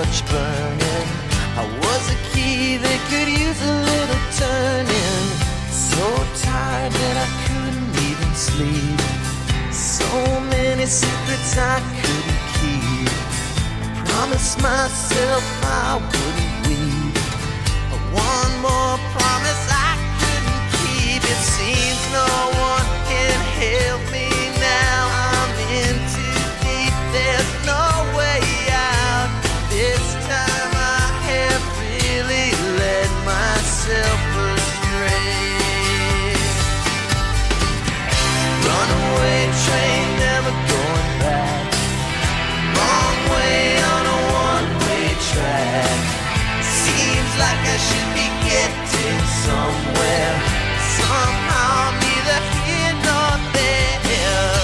much burning. I was a key that could use a little turning. So tired that I couldn't even sleep. So many secrets I couldn't keep. I promised myself I wouldn't weep. But one more promise I couldn't keep. It seems no one can help me now. I'm in too deep, there's no way out. This time I have really led myself astray. Runaway train, never going back. Wrong way on a one-way track. Seems like I should be getting somewhere. Somehow I'm neither here nor there.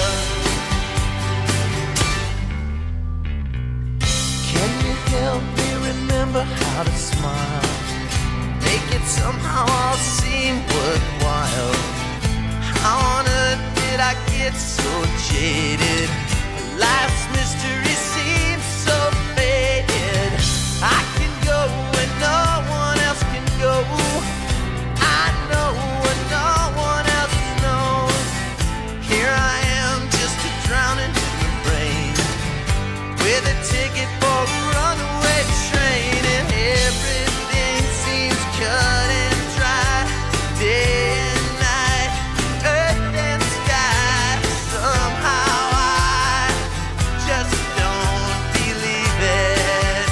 Can you help me remember how to smile? Make it somehow all seem worthwhile. How on earth did I get so jaded? Life's mystery seems so faded. I can go where no one else can go. I know what no one else knows. Here I am, just a drowning in the brain, with a ticket for a runaway train, and everything seems cut and dry. Day and night, earth and sky. Somehow I just don't believe it.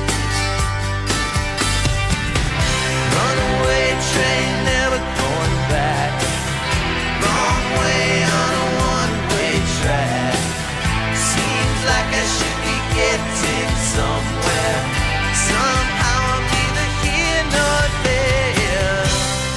Runaway train, never going back. Wrong way on a one-way track. Seems like I should be getting somewhere. Somehow I'm neither here nor there.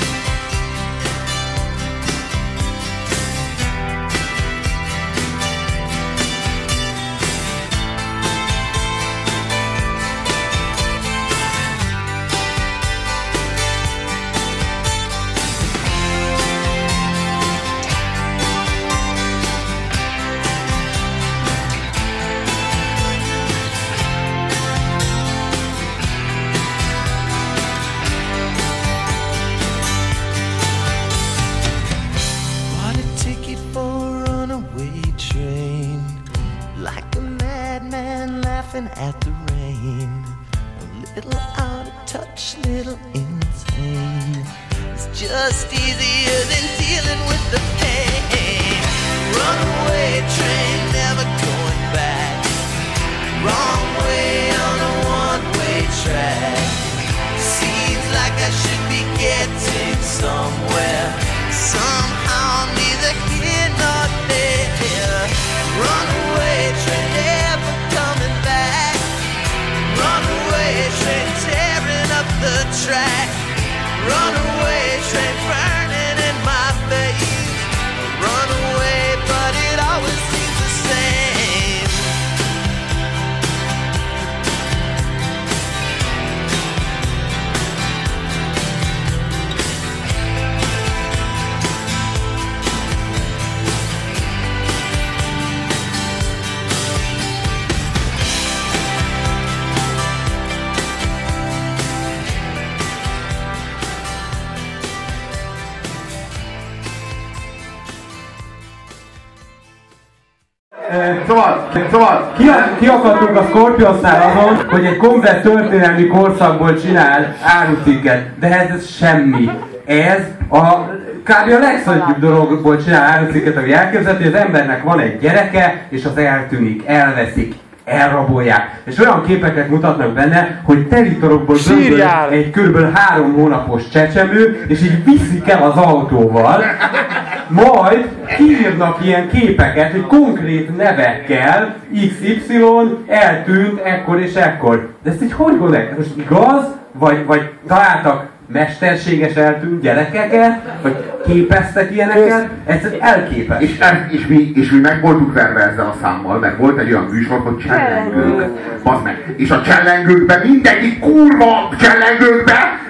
Bought a ticket for a runaway train, like a madman laughing at the rain. A little out of touch, little insane. It's just easier than dealing with the pain. Runaway train, never going back. Wrong way on a one-way track. Seems like I should be getting somewhere. Somehow I'm neither here nor there. Runaway train, never coming back. Runaway train, tearing up the track. Runaway train, burning in my face. Runaway, but it always seems the same. Szóval kiakadtunk a Scorpionsnál azon, hogy egy komplett történelmi korszakból csinál árucikket, de ez semmi. Ez kb. A legszörnyűbb dologból csinál árucikket, ami elképzelhető, hogy az embernek van egy gyereke, és az eltűnik, elveszik, elrabolják. És olyan képeket mutatnak benne, hogy teritorokból dömböl egy kb. 3 hónapos csecsemő, és így viszik el az autóval. Majd kiírnak ilyen képeket, hogy konkrét nevekkel, XY eltűnt ekkor és ekkor. De ezt így hogy gondolják? Most igaz? Vagy találtak mesterséges eltűnt gyerekeket? Vagy képeztek ilyeneket? Egyszerűen elképesztő. És mi meg voltunk verve ezzel a számmal, mert volt egy olyan műsor, hogy csellengők. Bazd meg. És a csellengőkben mindegyik kurva csellengőkben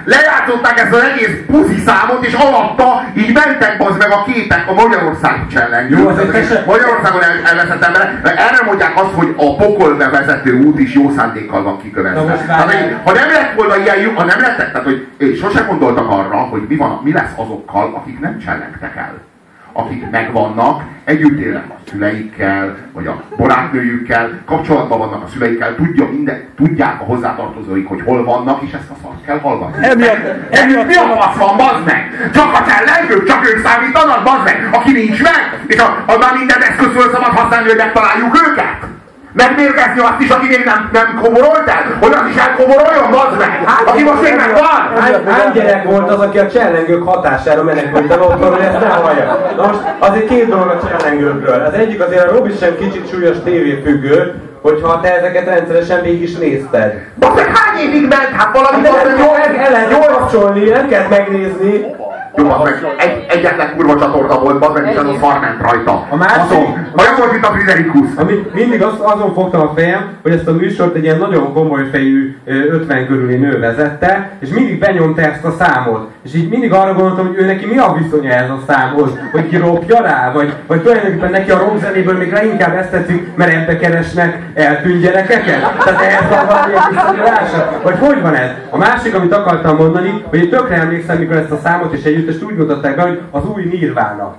lejátszották ezt az egész puzi számot, és alatta így mentek bazd meg a képek a Magyarország csellengő. Magyarországon elveszett emberek. Erre mondják azt, hogy a pokolbe vezető út is jó szándékkal van kikövetve. Ha nem lett volna ilyen, ha nem lettek, tehát hogy sosem gondoltak arra, hogy mi lesz azokkal, akik nem csellengtek el. Akik megvannak, együtt élnek a szüleikkel, vagy a barátnőjükkel, kapcsolatban vannak a szüleikkel, tudják a hozzátartozóik, hogy hol vannak, és ezt a szart kell hallgatni. Emiatt mi a fasz van, bazd meg? Csak a csellengők, csak ők számítanak, bazd meg? Aki nincs meg, és már minden eszközről szabad használni, hogy megtaláljuk őket? Megmérgezni azt is, aki még nem koborolt el? Hogy az is elkoboroljon, bazd meg? Aki most még megvan? Hány gyerek volt az, aki a csellengők hatására menekült, de otthon, hogy ezt nem hallja? Na most azért két dolog a csellengőkről. Az egyik azért a Robi sem kicsit súlyos tévéfüggő, hogyha te ezeket rendszeresen végig is nézted. Bazd meg hány évig ment? Hát valami el lehet kapcsolni, nem kell megnézni. Jó, az meg egyetlen kurva csatorna volt, bazd meg, és azon szar ment rajta. A másik... Olyan volt, mint a Friderikus. Mindig azon fogtam a fejem, hogy ezt a műsort egy ilyen nagyon komoly fejű 50 körüli nő vezette, és mindig benyomta ezt a számot. És így mindig arra gondoltam, hogy ő neki mi a viszonya ez a számhoz? Hogy kiropja rá? Vagy tulajdonképpen neki a rockzenéből még leginkább ezt tetszik, mert ebbe keresnek eltűnt gyerekeket? Tehát ehhez van valamilyen viszonyulása? Vagy hogy van ez? A másik, amit akartam mondani, hogy én tökre emlékszem, mikor ezt a számot és együttest úgy mutatták be, hogy az új Nirvana.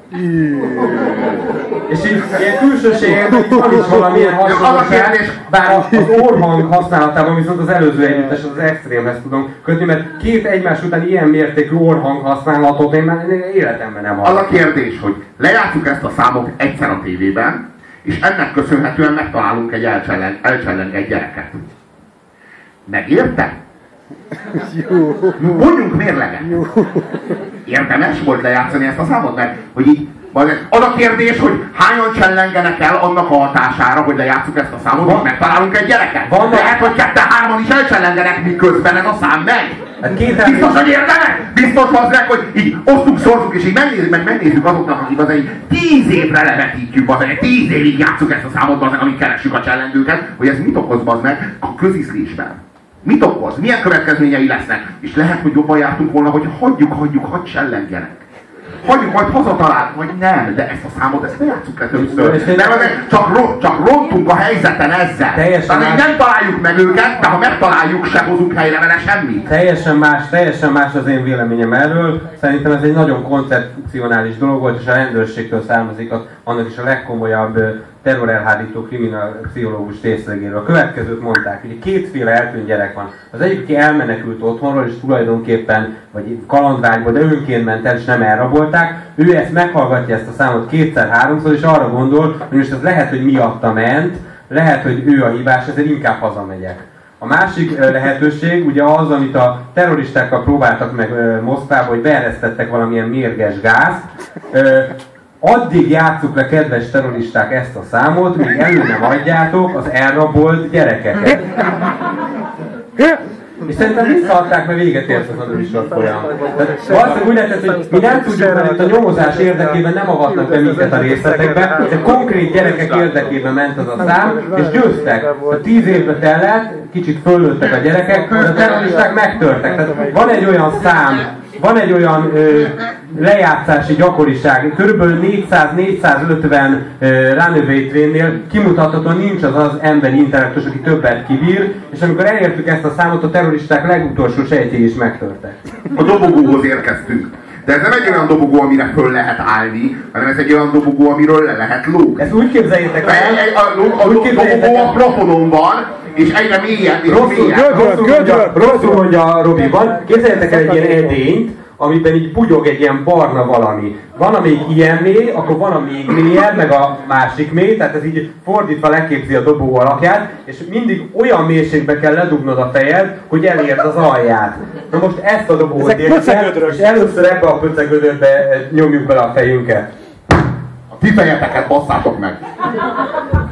És így ilyen külsőségekben van is valamilyen hasonlóság, bár az orrhang használatában viszont az előző együttes az extrémhez tudom kötni, mert két egymás után ilyen mértékű orrhang használatot én már életemben nem hallottam. Az a kérdés, hogy lejátszuk ezt a számot egyszer a tévében, és ennek köszönhetően megtalálunk egy elcsellengett gyereket. Megérte? Mondjunk mérleget. Érdemes volt lejátszani ezt a számot, mert hogy így, az a kérdés, hogy hányan csellengenek el annak a hatására, hogy lejátszuk ezt a számot, és megtalálunk egy gyereket. Lehet, hogy ketten-hárman is elcsellengenek, miközben ez a szám megy. Biztos, hogy érdemes? Biztos az meg, hogy így osztuk, szorzunk, és így megnézzük azoknak, akik az egy 10 évre levetítjük, az egy 10 évig játszuk ezt a számot, amíg keressük a csellengőket, hogy ez mit okoz az meg a közízlésben. Mit okoz? Milyen következményei lesznek? És lehet, hogy jobban jártunk volna, hogy hadd csellengjenek. Hagyjuk, majd hazatalálunk, vagy nem, de ezt a számot, ezt ne játsszuk le többször. Csak rontunk a helyzeten ezzel. Tehát nem találjuk meg őket, de ha megtaláljuk, se hozunk helyre vele semmit. Teljesen más az én véleményem erről. Szerintem ez egy nagyon koncepcionális dolog volt, és a rendőrségtől származik annak is a legkomolyabb terrorelhárító kriminálpszichológus részlegéről. A következőt mondták, hogy kétféle eltűnt gyerek van. Az egyik, aki elmenekült otthonról, és tulajdonképpen, vagy kalandvágyból, de önként ment el, és nem elrabolták. Ő ezt meghallgatja, ezt a számot kétszer-háromszor, és arra gondol, hogy most ez lehet, hogy miatta ment, lehet, hogy ő a hibás, ezért inkább hazamegyek. A másik lehetőség ugye az, amit a terroristákkal próbáltak meg Moszkvába, hogy beeresztettek valamilyen mérges gázt. Addig játsszuk le, kedves terroristák, ezt a számot, míg elő nem adjátok az elrabolt gyerekeket. És szerintem visszaadták, mert véget ért az a műsor folyam. Valószínűleg úgy lehetett, hogy mi nem tudjuk, mert itt a nyomozás érdekében nem avatnak be minket a részletekbe, de konkrét gyerekek érdekében ment az a szám, és győztek. A 10 évbe tellett, kicsit föllőttek a gyerekek, a terroristák megtörtek. Tehát van egy olyan szám, van egy olyan lejátszási gyakoriság, kb. 400-450 Runaway Trainnél kimutathatóan nincs az emberi intellektus, aki többet kibír, és amikor elértük ezt a számot, a terroristák legutolsó sejtjei is megtörtek. A dobogóhoz érkeztünk. De ez nem egy olyan dobogó, amire föl lehet állni, hanem ez egy olyan dobogó, amiről le lehet lógni. Ezt úgy képzeljétek el. A dobogó a plafonon van, és egyre mélyebb és mélyebb. Rosszul mondja Robiban. Képzeljétek el egy ilyen edényt, amiben így bugyog egy ilyen barna valami. Van, amíg ilyen mély, akkor van, amíg mélyebb, meg a másik mély, tehát ez így fordítva leképzi a dobogó alakját, és mindig olyan mélységbe kell ledugnod a fejed, hogy elérd az alját. Na most ezt a dobogót érjük el, és először ebbe a pöcegödörbe nyomjuk bele a fejünket. A ti fejeteket basszátok meg!